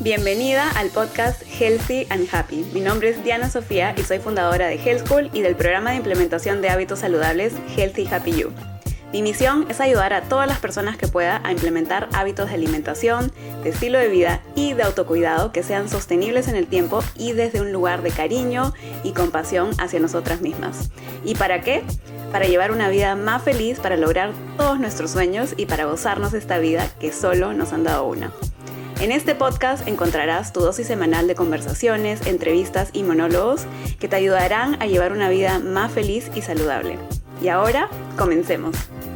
Bienvenida al podcast Healthy and Happy. Mi nombre es Diana Sofía y soy fundadora de Health School y del programa de implementación de hábitos saludables Healthy Happy You. Mi misión es ayudar a todas las personas que pueda a implementar hábitos de alimentación, de estilo de vida y de autocuidado que sean sostenibles en el tiempo y desde un lugar de cariño y compasión hacia nosotras mismas. ¿Y para qué? Para llevar una vida más feliz, para lograr todos nuestros sueños y para gozarnos de esta vida que solo nos han dado una. En este podcast encontrarás tu dosis semanal de conversaciones, entrevistas y monólogos que te ayudarán a llevar una vida más feliz y saludable. Y ahora, comencemos.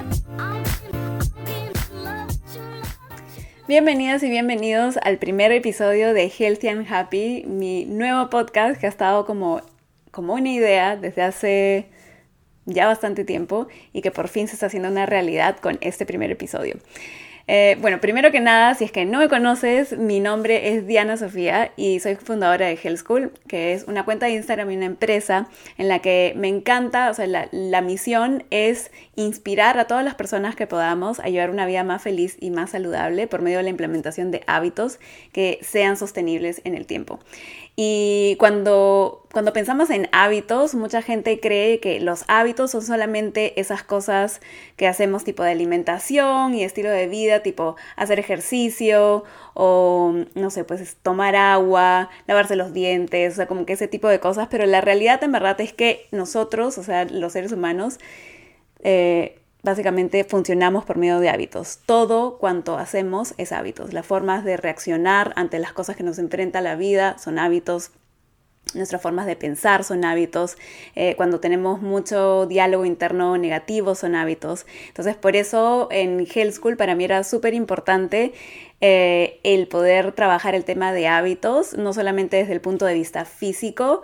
Bienvenidas y bienvenidos al primer episodio de Healthy and Happy, mi nuevo podcast que ha estado como una idea desde hace ya bastante tiempo y que por fin se está haciendo una realidad con este primer episodio. Bueno, primero que nada, si es que no me conoces, mi nombre es Diana Sofía y soy fundadora de Health School, que es una cuenta de Instagram y una empresa en la que me encanta, la misión es inspirar a todas las personas que podamos a llevar una vida más feliz y más saludable por medio de la implementación de hábitos que sean sostenibles en el tiempo. Y cuando pensamos en hábitos, mucha gente cree que los hábitos son solamente esas cosas que hacemos tipo de alimentación y estilo de vida, tipo hacer ejercicio o, no sé, pues tomar agua, lavarse los dientes, o sea, como que ese tipo de cosas. Pero la realidad en verdad es que nosotros, o sea, los seres humanos, básicamente funcionamos por medio de hábitos. Todo cuanto hacemos es hábitos. Las formas de reaccionar ante las cosas que nos enfrenta la vida son hábitos. Nuestras formas de pensar son hábitos. Cuando tenemos mucho diálogo interno negativo son hábitos. Entonces, por eso en Health School para mí era súper importante el poder trabajar el tema de hábitos, no solamente desde el punto de vista físico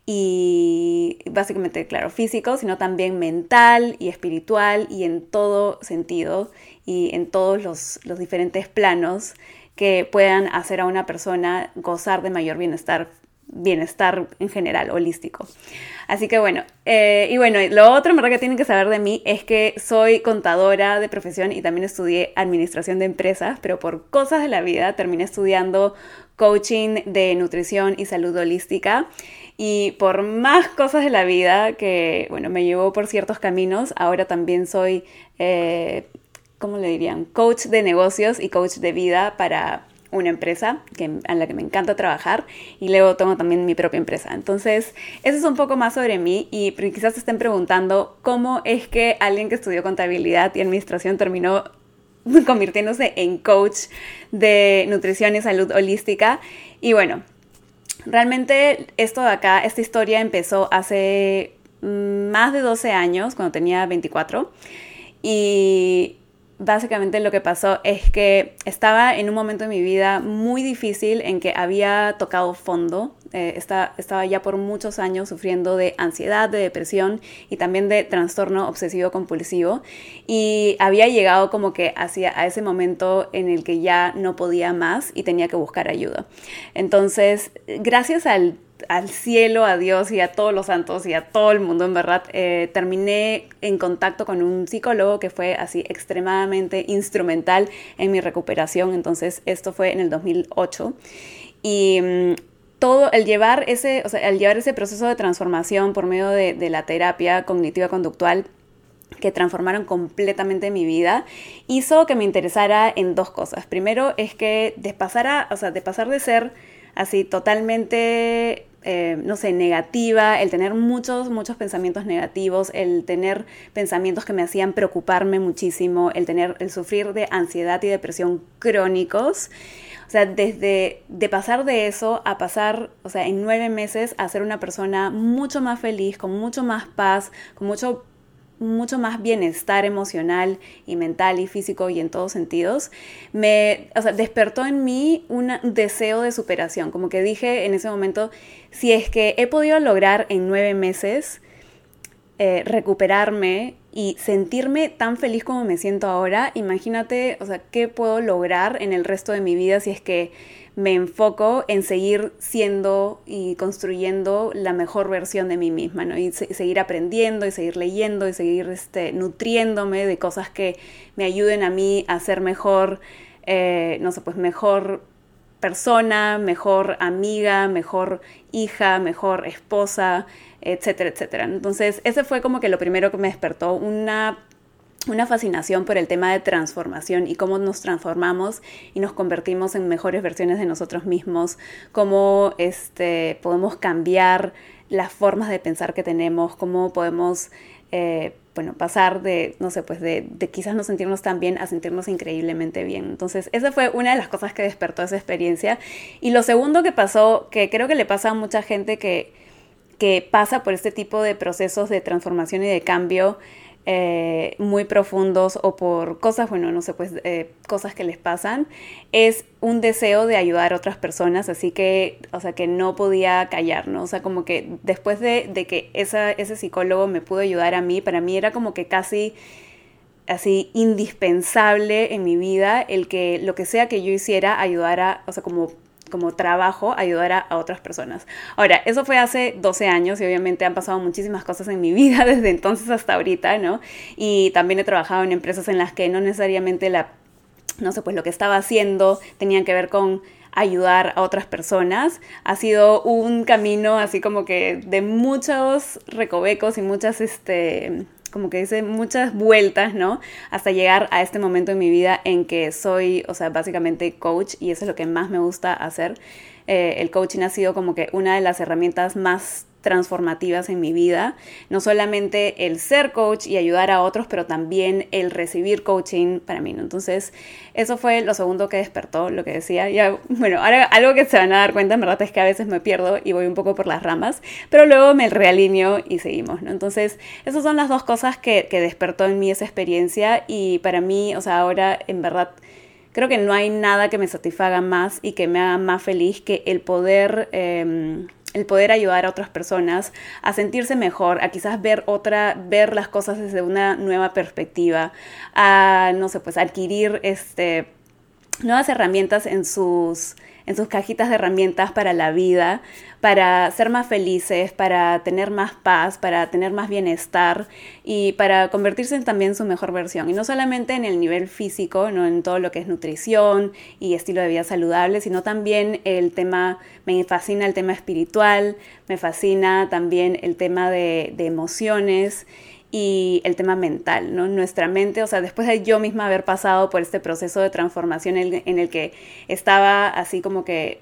y básicamente, claro, físico, sino también mental y espiritual y en todo sentido y en todos los diferentes planos que puedan hacer a una persona gozar de mayor bienestar en general, holístico. Así que bueno, lo otro en verdad que tienen que saber de mí es que soy contadora de profesión y también estudié administración de empresas, pero por cosas de la vida terminé estudiando coaching de nutrición y salud holística. Y por más cosas de la vida que, bueno, me llevó por ciertos caminos, ahora también soy, ¿cómo le dirían? Coach de negocios y coach de vida para una empresa en la que me encanta trabajar y luego tengo también mi propia empresa. Entonces, eso es un poco más sobre mí y quizás se estén preguntando cómo es que alguien que estudió contabilidad y administración terminó convirtiéndose en coach de nutrición y salud holística. Y bueno, realmente esto de acá, esta historia empezó hace más de 12 años, cuando tenía 24, y básicamente lo que pasó es que estaba en un momento de mi vida muy difícil en que había tocado fondo. Estaba ya por muchos años sufriendo de ansiedad, de depresión y también de trastorno obsesivo compulsivo. Y había llegado como que a ese momento en el que ya no podía más y tenía que buscar ayuda. Entonces, gracias al cielo, a Dios y a todos los santos y a todo el mundo, en verdad, terminé en contacto con un psicólogo que fue así extremadamente instrumental en mi recuperación. Entonces, esto fue en el 2008. Y todo el llevar ese proceso de transformación por medio de la terapia cognitiva conductual que transformaron completamente mi vida, hizo que me interesara en dos cosas. Primero es que de pasar de ser así totalmente, negativa, el tener muchos pensamientos negativos, el tener pensamientos que me hacían preocuparme muchísimo, el sufrir de ansiedad y depresión crónicos. O sea, de pasar de eso a pasar, en 9 meses a ser una persona mucho más feliz, con mucho más paz, con mucho más bienestar emocional y mental y físico y en todos sentidos, despertó en mí un deseo de superación. Como que dije en ese momento, si es que he podido lograr en 9 meses recuperarme y sentirme tan feliz como me siento ahora, imagínate, qué puedo lograr en el resto de mi vida si es que me enfoco en seguir siendo y construyendo la mejor versión de mí misma, ¿no? Y seguir aprendiendo y seguir leyendo y seguir nutriéndome de cosas que me ayuden a mí a ser mejor, mejor persona, mejor amiga, mejor hija, mejor esposa, etcétera, etcétera. Entonces, ese fue como que lo primero que me despertó una fascinación por el tema de transformación y cómo nos transformamos y nos convertimos en mejores versiones de nosotros mismos, cómo podemos cambiar las formas de pensar que tenemos, cómo podemos pasar de quizás no sentirnos tan bien a sentirnos increíblemente bien. Entonces, esa fue una de las cosas que despertó esa experiencia. Y lo segundo que pasó, que creo que le pasa a mucha gente que pasa por este tipo de procesos de transformación y de cambio muy profundos o por cosas, cosas que les pasan, es un deseo de ayudar a otras personas, así que, que no podía callar, ¿no? O sea, como que después de que ese psicólogo me pudo ayudar a mí, para mí era como que casi así indispensable en mi vida el que lo que sea que yo hiciera ayudara, como trabajo, ayudar a otras personas. Ahora, eso fue hace 12 años y obviamente han pasado muchísimas cosas en mi vida desde entonces hasta ahorita, ¿no? Y también he trabajado en empresas en las que no necesariamente lo que estaba haciendo tenían que ver con ayudar a otras personas. Ha sido un camino así como que de muchos recovecos y muchas como que dice, muchas vueltas, ¿no? Hasta llegar a este momento en mi vida en que soy, básicamente coach, y eso es lo que más me gusta hacer. El coaching ha sido como que una de las herramientas más transformativas en mi vida, no solamente el ser coach y ayudar a otros, pero también el recibir coaching para mí, ¿no? Entonces, eso fue lo segundo que despertó, lo que decía. Ya, bueno, ahora algo que se van a dar cuenta, en verdad, es que a veces me pierdo y voy un poco por las ramas, pero luego me realineo y seguimos, ¿no? Entonces, esas son las dos cosas que despertó en mí esa experiencia y para mí, ahora, en verdad, creo que no hay nada que me satisfaga más y que me haga más feliz que el poder ayudar a otras personas a sentirse mejor, a quizás ver las cosas desde una nueva perspectiva, a, adquirir nuevas herramientas en sus cajitas de herramientas para la vida, para ser más felices, para tener más paz, para tener más bienestar y para convertirse también en su mejor versión. Y no solamente en el nivel físico, no en todo lo que es nutrición y estilo de vida saludable, sino también me fascina el tema espiritual, me fascina también el tema de emociones y el tema mental, ¿no? Nuestra mente, después de yo misma haber pasado por este proceso de transformación en el que estaba así como que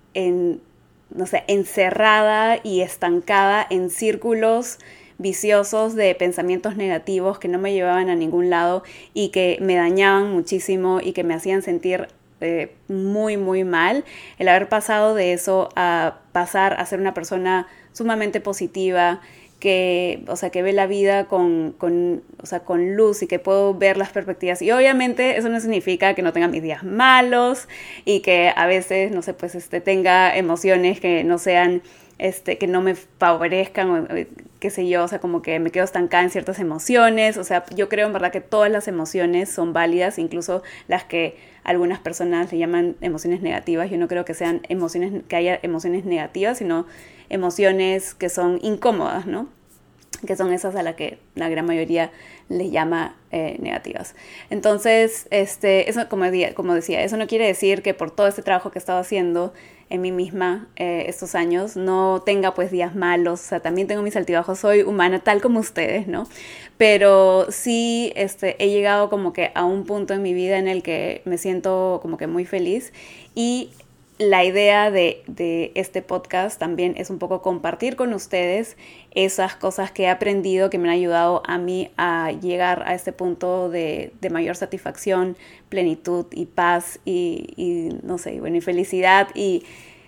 encerrada y estancada en círculos viciosos de pensamientos negativos que no me llevaban a ningún lado y que me dañaban muchísimo y que me hacían sentir muy, muy mal. El haber pasado de eso a pasar a ser una persona sumamente positiva, que ve la vida con luz y que puedo ver las perspectivas. Y obviamente eso no significa que no tenga mis días malos y que a veces, tenga emociones que no sean, que no me favorezcan o qué sé yo, como que me quedo estancada en ciertas emociones. Yo creo en verdad que todas las emociones son válidas, incluso las que algunas personas le llaman emociones negativas. Yo no creo que haya emociones negativas, sino emociones que son incómodas, ¿no? Que son esas a las que la gran mayoría les llama negativas. Entonces, eso como decía, eso no quiere decir que por todo este trabajo que he estado haciendo en mí misma estos años no tenga pues días malos. También tengo mis altibajos, soy humana tal como ustedes, ¿no? Pero sí he llegado como que a un punto en mi vida en el que me siento como que muy feliz y la idea de este podcast también es un poco compartir con ustedes esas cosas que he aprendido que me han ayudado a mí a llegar a este punto de mayor satisfacción, plenitud y paz y felicidad y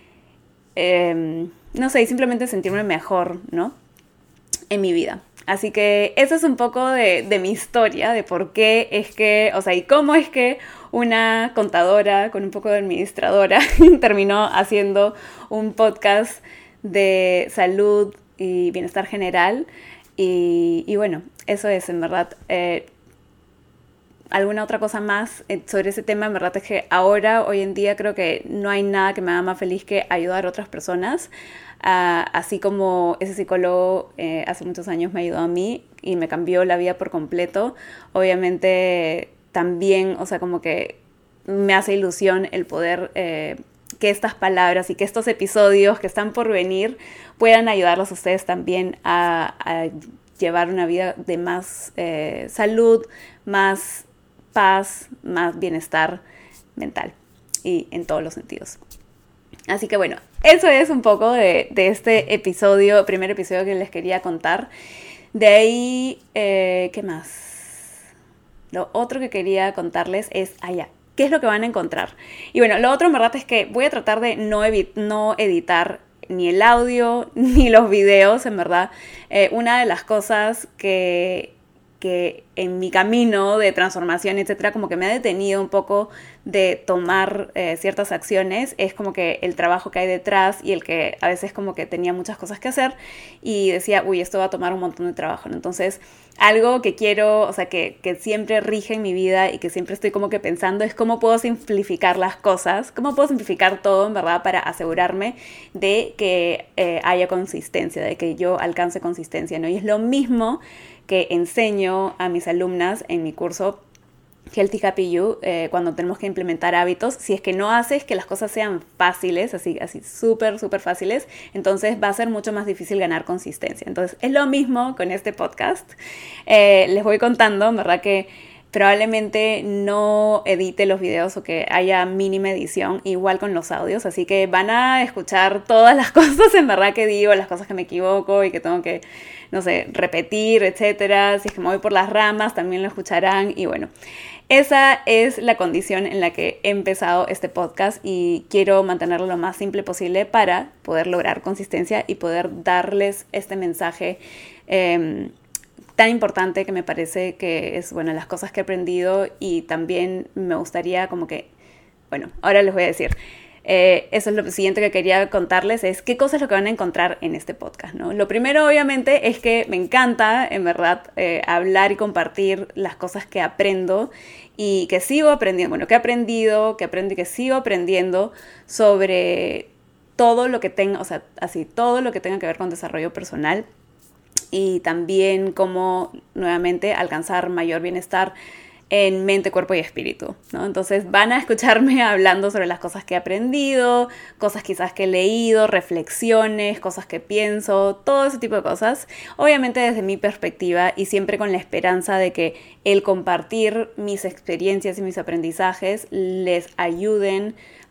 simplemente sentirme mejor, ¿no? En mi vida. Así que eso es un poco de mi historia, de por qué es que, y cómo es que una contadora con un poco de administradora terminó haciendo un podcast de salud y bienestar general. Y bueno, eso es, en verdad. Alguna otra cosa más sobre ese tema, en verdad es que hoy en día creo que no hay nada que me haga más feliz que ayudar a otras personas. Así como ese psicólogo hace muchos años me ayudó a mí y me cambió la vida por completo, obviamente también, como que me hace ilusión el poder que estas palabras y que estos episodios que están por venir puedan ayudarlos a ustedes también a llevar una vida de más salud, más paz, más bienestar mental y en todos los sentidos. Así que bueno, eso es un poco de este episodio, primer episodio que les quería contar. De ahí, ¿qué más? Lo otro que quería contarles es, ¿qué es lo que van a encontrar? Y bueno, lo otro en verdad es que voy a tratar de no editar ni el audio ni los videos, en verdad. Una de las cosas que en mi camino de transformación, etcétera, como que me ha detenido un poco de tomar ciertas acciones, es como que el trabajo que hay detrás y el que a veces como que tenía muchas cosas que hacer y decía, esto va a tomar un montón de trabajo, ¿no? Entonces, algo que quiero, o sea, que siempre rige en mi vida y que siempre estoy como que pensando es cómo puedo simplificar las cosas, cómo puedo simplificar todo, en verdad, para asegurarme de que haya consistencia, de que yo alcance consistencia, ¿no? Y es lo mismo que enseño a mis alumnas en mi curso Healthy Happy You, cuando tenemos que implementar hábitos. Si es que no haces que las cosas sean fáciles, así súper, súper fáciles, entonces va a ser mucho más difícil ganar consistencia. Entonces es lo mismo con este podcast. Les voy contando, ¿verdad? Que probablemente no edite los videos o que haya mínima edición, igual con los audios, así que van a escuchar todas las cosas en verdad que digo, las cosas que me equivoco y que tengo que, no sé, repetir, etcétera. Si es que me voy por las ramas, también lo escucharán y bueno, esa es la condición en la que he empezado este podcast y quiero mantenerlo lo más simple posible para poder lograr consistencia y poder darles este mensaje tan importante que me parece que es, bueno, las cosas que he aprendido y también me gustaría como que, bueno, ahora les voy a decir, eso es lo siguiente que quería contarles, es qué cosas es lo que van a encontrar en este podcast, ¿no? Lo primero, obviamente, es que me encanta, en verdad, hablar y compartir las cosas que aprendo y que sigo aprendiendo, bueno, que he aprendido, que aprendo y que sigo aprendiendo sobre todo lo que tenga, o sea, así, todo lo que tenga que ver con desarrollo personal. Y también cómo nuevamente alcanzar mayor bienestar en mente, cuerpo y espíritu, ¿no? Entonces van a escucharme hablando sobre las cosas que he aprendido, cosas quizás que he leído, reflexiones, cosas que pienso, todo ese tipo de cosas. Obviamente desde mi perspectiva y siempre con la esperanza de que el compartir mis experiencias y mis aprendizajes les ayude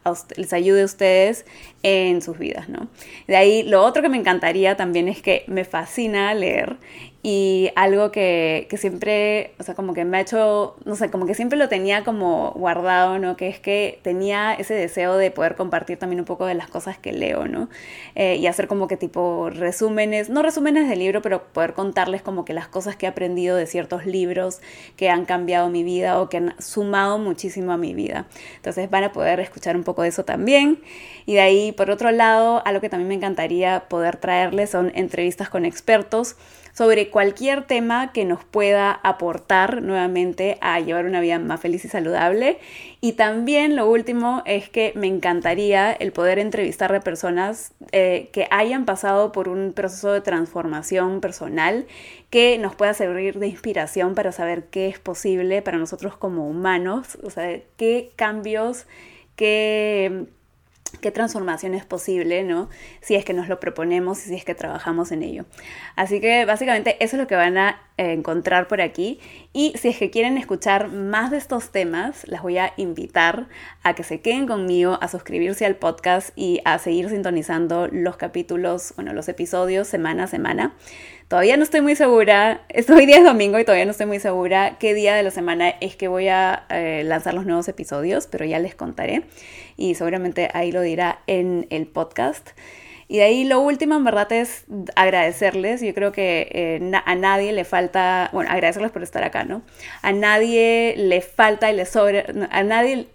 a ustedes en sus vidas, ¿no? De ahí, lo otro que me encantaría también es que me fascina leer y algo que siempre, o sea, como que me ha hecho, no sé, como que siempre lo tenía como guardado, ¿no? Que es que tenía ese deseo de poder compartir también un poco de las cosas que leo, ¿no? Y hacer como que tipo resúmenes, no resúmenes del libro, pero poder contarles como que las cosas que he aprendido de ciertos libros que han cambiado mi vida o que han sumado muchísimo a mi vida. Entonces van a poder escuchar un poco de eso también. Y de ahí, por otro lado, algo que también me encantaría poder traerles son entrevistas con expertos sobre cualquier tema que nos pueda aportar nuevamente a llevar una vida más feliz y saludable. Y también lo último es que me encantaría el poder entrevistar a personas que hayan pasado por un proceso de transformación personal que nos pueda servir de inspiración para saber qué es posible para nosotros como humanos, o sea, qué cambios, qué transformación es posible, ¿no? Si es que nos lo proponemos y si es que trabajamos en ello. Así que básicamente eso es lo que van a encontrar por aquí. Y si es que quieren escuchar más de estos temas, las voy a invitar a que se queden conmigo, a suscribirse al podcast y a seguir sintonizando los capítulos, bueno, los episodios semana a semana. Todavía no estoy muy segura, hoy día es domingo y todavía no estoy muy segura qué día de la semana es que voy a lanzar los nuevos episodios, pero ya les contaré y seguramente ahí lo dirá en el podcast. Y de ahí lo último en verdad es agradecerles. Yo creo que a nadie le falta, bueno, agradecerles por estar acá, ¿no? A nadie le falta y le sobra, a nadie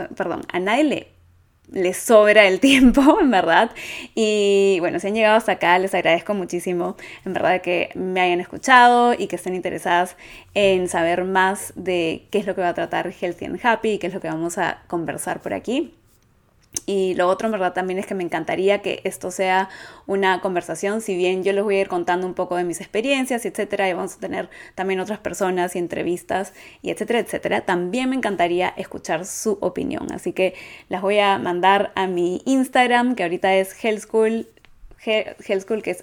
le sobra el tiempo, en verdad. Y bueno, si han llegado hasta acá, les agradezco muchísimo, en verdad, que me hayan escuchado y que estén interesadas en saber más de qué es lo que va a tratar Healthy and Happy y qué es lo que vamos a conversar por aquí. Y lo otro, en verdad, también es que me encantaría que esto sea una conversación. Si bien yo les voy a ir contando un poco de mis experiencias, etcétera, y vamos a tener también otras personas y entrevistas, y etcétera, etcétera, también me encantaría escuchar su opinión. Así que las voy a mandar a mi Instagram, que ahorita es Healthschool, que es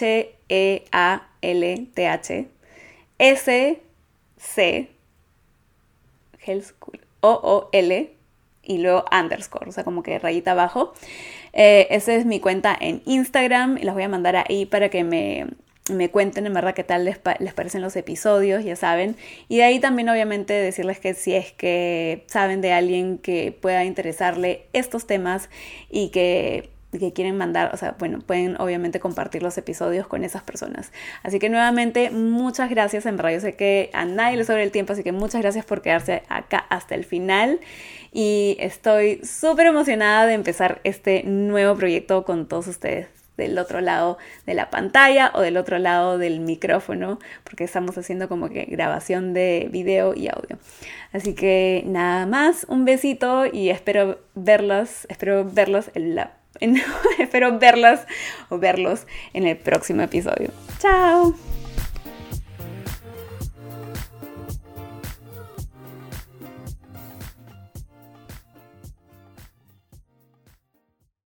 Health SC, Healthschool, OOL, y luego _, o sea, como que rayita abajo. Esa es mi cuenta en Instagram y las voy a mandar ahí para que me cuenten en verdad qué tal les parecen los episodios, ya saben. Y de ahí también obviamente decirles que si es que saben de alguien que pueda interesarle estos temas y que quieren mandar, o sea, bueno, pueden obviamente compartir los episodios con esas personas. Así que nuevamente, muchas gracias. En verdad, yo sé que a nadie le sobra el tiempo, así que muchas gracias por quedarse acá hasta el final. Y estoy súper emocionada de empezar este nuevo proyecto con todos ustedes del otro lado de la pantalla o del otro lado del micrófono, porque estamos haciendo como que grabación de video y audio. Así que nada más, un besito y espero verlos en el próximo episodio. ¡Chao!